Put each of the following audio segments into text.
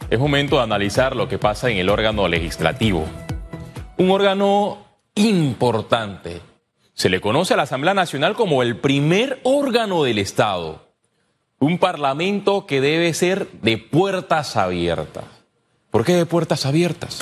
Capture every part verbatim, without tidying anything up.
Es momento de analizar lo que pasa en el órgano legislativo. Un órgano importante. Se le conoce a la Asamblea Nacional como el primer órgano del Estado. Un parlamento que debe ser de puertas abiertas. ¿Por qué de puertas abiertas?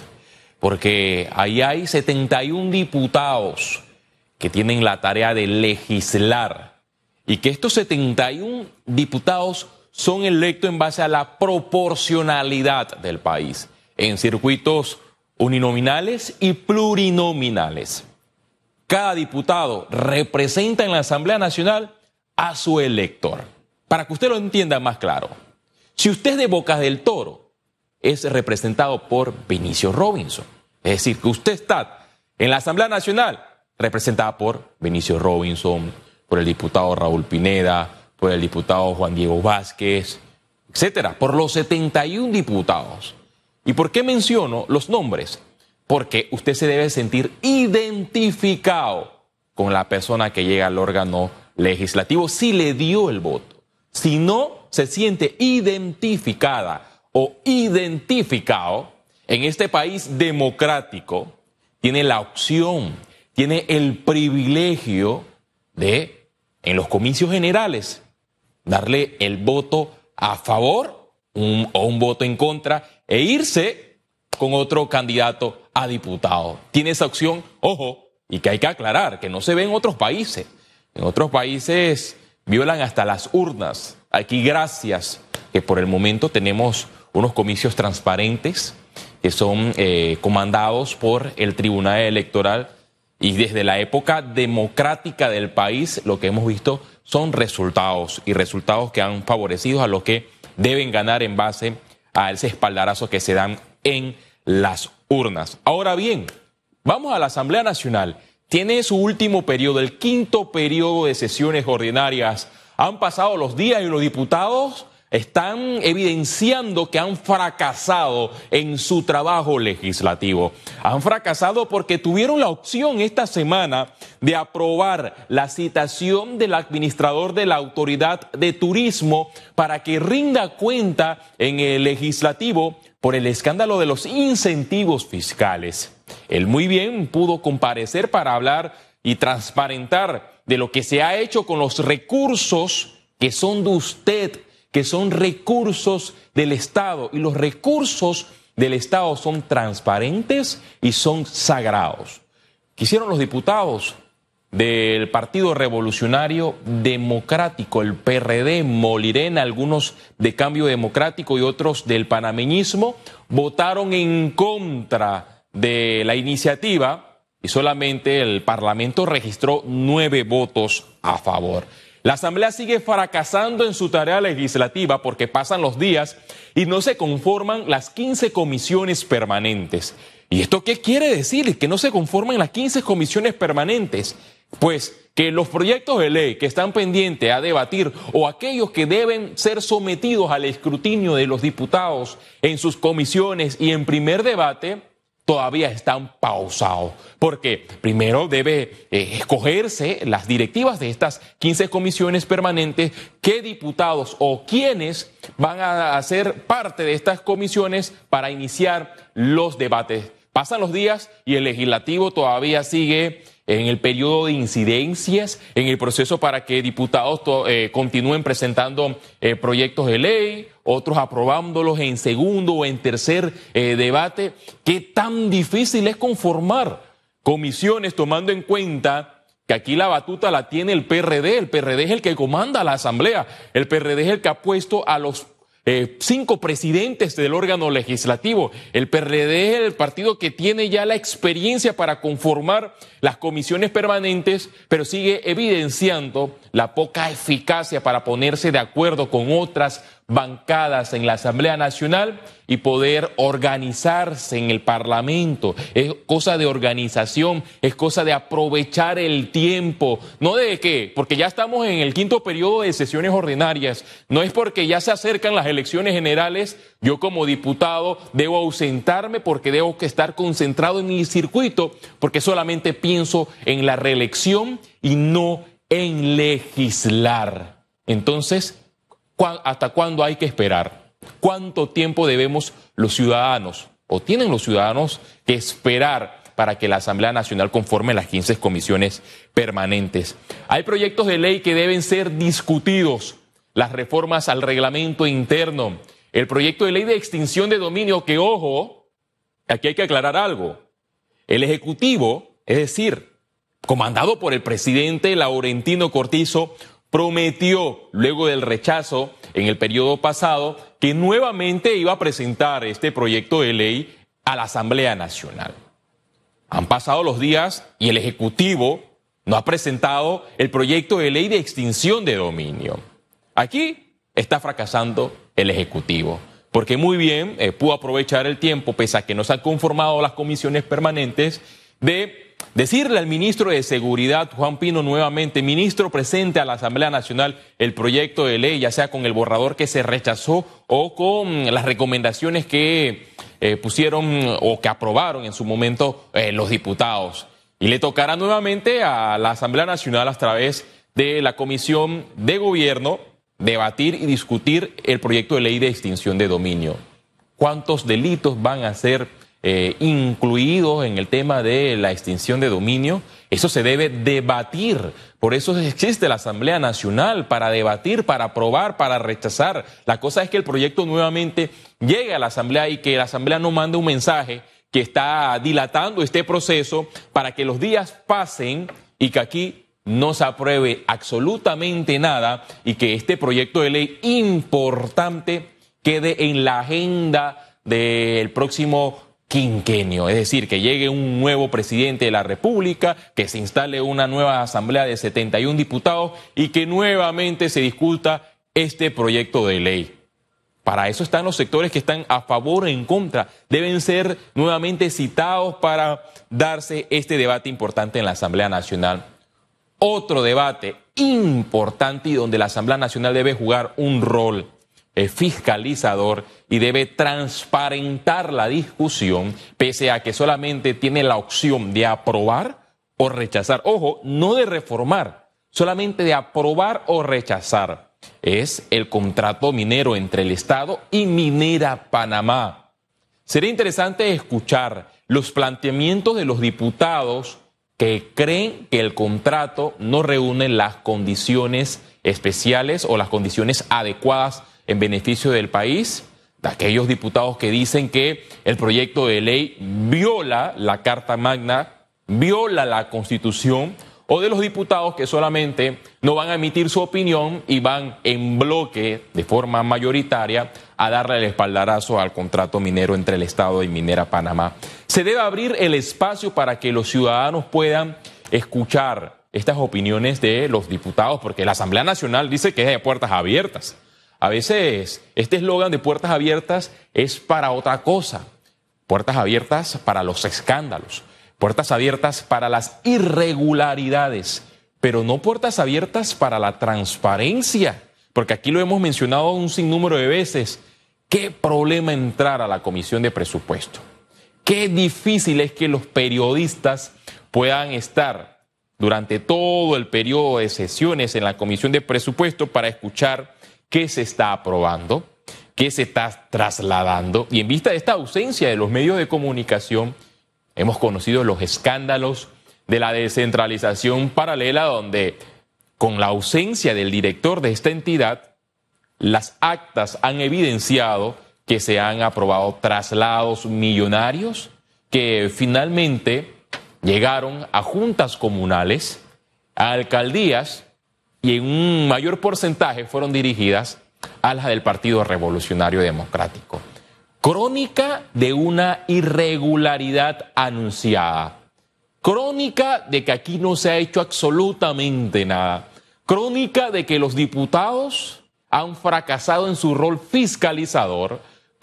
Porque ahí hay setenta y un diputados que tienen la tarea de legislar y que estos setenta y un diputados son electos en base a la proporcionalidad del país, en circuitos uninominales y plurinominales. Cada diputado representa en la Asamblea Nacional a su elector. Para que usted lo entienda más claro, si usted es de Bocas del Toro, es representado por Benicio Robinson. Es decir, que usted está en la Asamblea Nacional representada por Benicio Robinson, por el diputado Raúl Pineda, por el diputado Juan Diego Vázquez, etcétera, por los setenta y un diputados. ¿Y por qué menciono los nombres? Porque usted se debe sentir identificado con la persona que llega al órgano legislativo si le dio el voto. Si no se siente identificada o identificado, en este país democrático tiene la opción, tiene el privilegio de, en los comicios generales, darle el voto a favor un, o un voto en contra e irse con otro candidato a diputado. Tiene esa opción, ojo, y que hay que aclarar, que no se ve en otros países. En otros países violan hasta las urnas. Aquí, gracias, que por el momento tenemos unos comicios transparentes que son eh, comandados por el Tribunal Electoral, y desde la época democrática del país lo que hemos visto son resultados y resultados que han favorecido a los que deben ganar en base a ese espaldarazo que se dan en las urnas. Ahora bien, vamos a la Asamblea Nacional. Tiene su último periodo, el quinto periodo de sesiones ordinarias. Han pasado los días y los diputados están evidenciando que han fracasado en su trabajo legislativo. Han fracasado porque tuvieron la opción esta semana de aprobar la citación del administrador de la Autoridad de Turismo para que rinda cuenta en el legislativo por el escándalo de los incentivos fiscales. Él muy bien pudo comparecer para hablar y transparentar de lo que se ha hecho con los recursos que son de usted, que son recursos del Estado, y los recursos del Estado son transparentes y son sagrados. Quisieron los diputados del Partido Revolucionario Democrático, el P R D, Molirena, algunos de Cambio Democrático y otros del panameñismo, votaron en contra de la iniciativa y solamente el Parlamento registró nueve votos a favor. La Asamblea sigue fracasando en su tarea legislativa porque pasan los días y no se conforman las quince comisiones permanentes. ¿Y esto qué quiere decir? Que no se conforman las quince comisiones permanentes. Pues que los proyectos de ley que están pendientes a debatir o aquellos que deben ser sometidos al escrutinio de los diputados en sus comisiones y en primer debate, todavía están pausados, porque primero debe eh, escogerse las directivas de estas quince comisiones permanentes, qué diputados o quiénes van a hacer parte de estas comisiones para iniciar los debates. Pasan los días y el legislativo todavía sigue en el periodo de incidencias, en el proceso para que diputados eh, continúen presentando eh, proyectos de ley, otros aprobándolos en segundo o en tercer eh, debate. ¿Qué tan difícil es conformar comisiones tomando en cuenta que aquí la batuta la tiene el P R D? El P R D es el que comanda la Asamblea, el P R D es el que ha puesto a los Eh, cinco presidentes del órgano legislativo. El P R D es el partido que tiene ya la experiencia para conformar las comisiones permanentes, pero sigue evidenciando la poca eficacia para ponerse de acuerdo con otras bancadas en la Asamblea Nacional y poder organizarse en el Parlamento. Es cosa de organización, es cosa de aprovechar el tiempo. ¿No de qué? Porque ya estamos en el quinto periodo de sesiones ordinarias. No es porque ya se acercan las elecciones generales, yo como diputado debo ausentarme porque debo estar concentrado en mi circuito, porque solamente pienso en la reelección y no en legislar. Entonces, ¿hasta cuándo hay que esperar? ¿Cuánto tiempo debemos los ciudadanos o tienen los ciudadanos que esperar para que la Asamblea Nacional conforme las quince comisiones permanentes? Hay proyectos de ley que deben ser discutidos, las reformas al reglamento interno, el proyecto de ley de extinción de dominio, que ojo, aquí hay que aclarar algo. El Ejecutivo, es decir, comandado por el presidente Laurentino Cortizo, prometió, luego del rechazo en el periodo pasado, que nuevamente iba a presentar este proyecto de ley a la Asamblea Nacional. Han pasado los días y el Ejecutivo no ha presentado el proyecto de ley de extinción de dominio. Aquí está fracasando el Ejecutivo, porque muy bien eh, pudo aprovechar el tiempo, pese a que no se han conformado las comisiones permanentes, de decirle al ministro de Seguridad, Juan Pino, nuevamente: ministro, presente a la Asamblea Nacional el proyecto de ley, ya sea con el borrador que se rechazó o con las recomendaciones que eh, pusieron o que aprobaron en su momento eh, los diputados. Y le tocará nuevamente a la Asamblea Nacional, a través de la Comisión de Gobierno, debatir y discutir el proyecto de ley de extinción de dominio. ¿Cuántos delitos van a ser eh, incluidos en el tema de la extinción de dominio? Eso se debe debatir. Por eso existe la Asamblea Nacional, para debatir, para aprobar, para rechazar. La cosa es que el proyecto nuevamente llegue a la Asamblea y que la Asamblea no mande un mensaje que está dilatando este proceso para que los días pasen y que aquí no se apruebe absolutamente nada y que este proyecto de ley importante quede en la agenda del próximo quinquenio. Es decir, que llegue un nuevo presidente de la República, que se instale una nueva asamblea de setenta y un diputados y que nuevamente se discuta este proyecto de ley. Para eso están los sectores que están a favor o en contra. Deben ser nuevamente citados para darse este debate importante en la Asamblea Nacional. Otro debate importante y donde la Asamblea Nacional debe jugar un rol eh, fiscalizador y debe transparentar la discusión, pese a que solamente tiene la opción de aprobar o rechazar. Ojo, no de reformar, solamente de aprobar o rechazar. Es el contrato minero entre el Estado y Minera Panamá. Sería interesante escuchar los planteamientos de los diputados que creen que el contrato no reúne las condiciones especiales o las condiciones adecuadas en beneficio del país, de aquellos diputados que dicen que el proyecto de ley viola la Carta Magna, viola la Constitución, o de los diputados que solamente no van a emitir su opinión y van en bloque, de forma mayoritaria, a darle el espaldarazo al contrato minero entre el Estado y Minera Panamá. Se debe abrir el espacio para que los ciudadanos puedan escuchar estas opiniones de los diputados, porque la Asamblea Nacional dice que es de puertas abiertas. A veces este eslogan de puertas abiertas es para otra cosa. Puertas abiertas para los escándalos, puertas abiertas para las irregularidades, pero no puertas abiertas para la transparencia, porque aquí lo hemos mencionado un sinnúmero de veces. ¿Qué problema entrar a la Comisión de Presupuesto? Qué difícil es que los periodistas puedan estar durante todo el periodo de sesiones en la Comisión de Presupuesto para escuchar qué se está aprobando, qué se está trasladando. Y en vista de esta ausencia de los medios de comunicación, hemos conocido los escándalos de la descentralización paralela, donde con la ausencia del director de esta entidad, las actas han evidenciado que se han aprobado traslados millonarios que finalmente llegaron a juntas comunales, a alcaldías, y en un mayor porcentaje fueron dirigidas a las del Partido Revolucionario Democrático. Crónica de una irregularidad anunciada. Crónica de que aquí no se ha hecho absolutamente nada. Crónica de que los diputados han fracasado en su rol fiscalizador,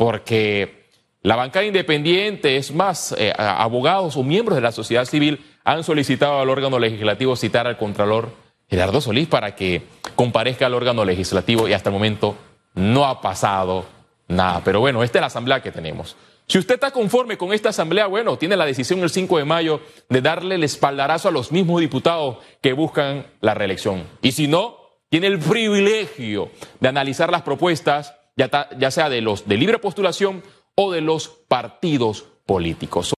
porque la bancada independiente, es más, eh, abogados o miembros de la sociedad civil han solicitado al órgano legislativo citar al contralor Gerardo Solís para que comparezca al órgano legislativo, y hasta el momento no ha pasado nada. Pero bueno, esta es la asamblea que tenemos. Si usted está conforme con esta asamblea, bueno, tiene la decisión el cinco de mayo de darle el espaldarazo a los mismos diputados que buscan la reelección. Y si no, tiene el privilegio de analizar las propuestas ya, ta, ya sea de los de libre postulación o de los partidos políticos.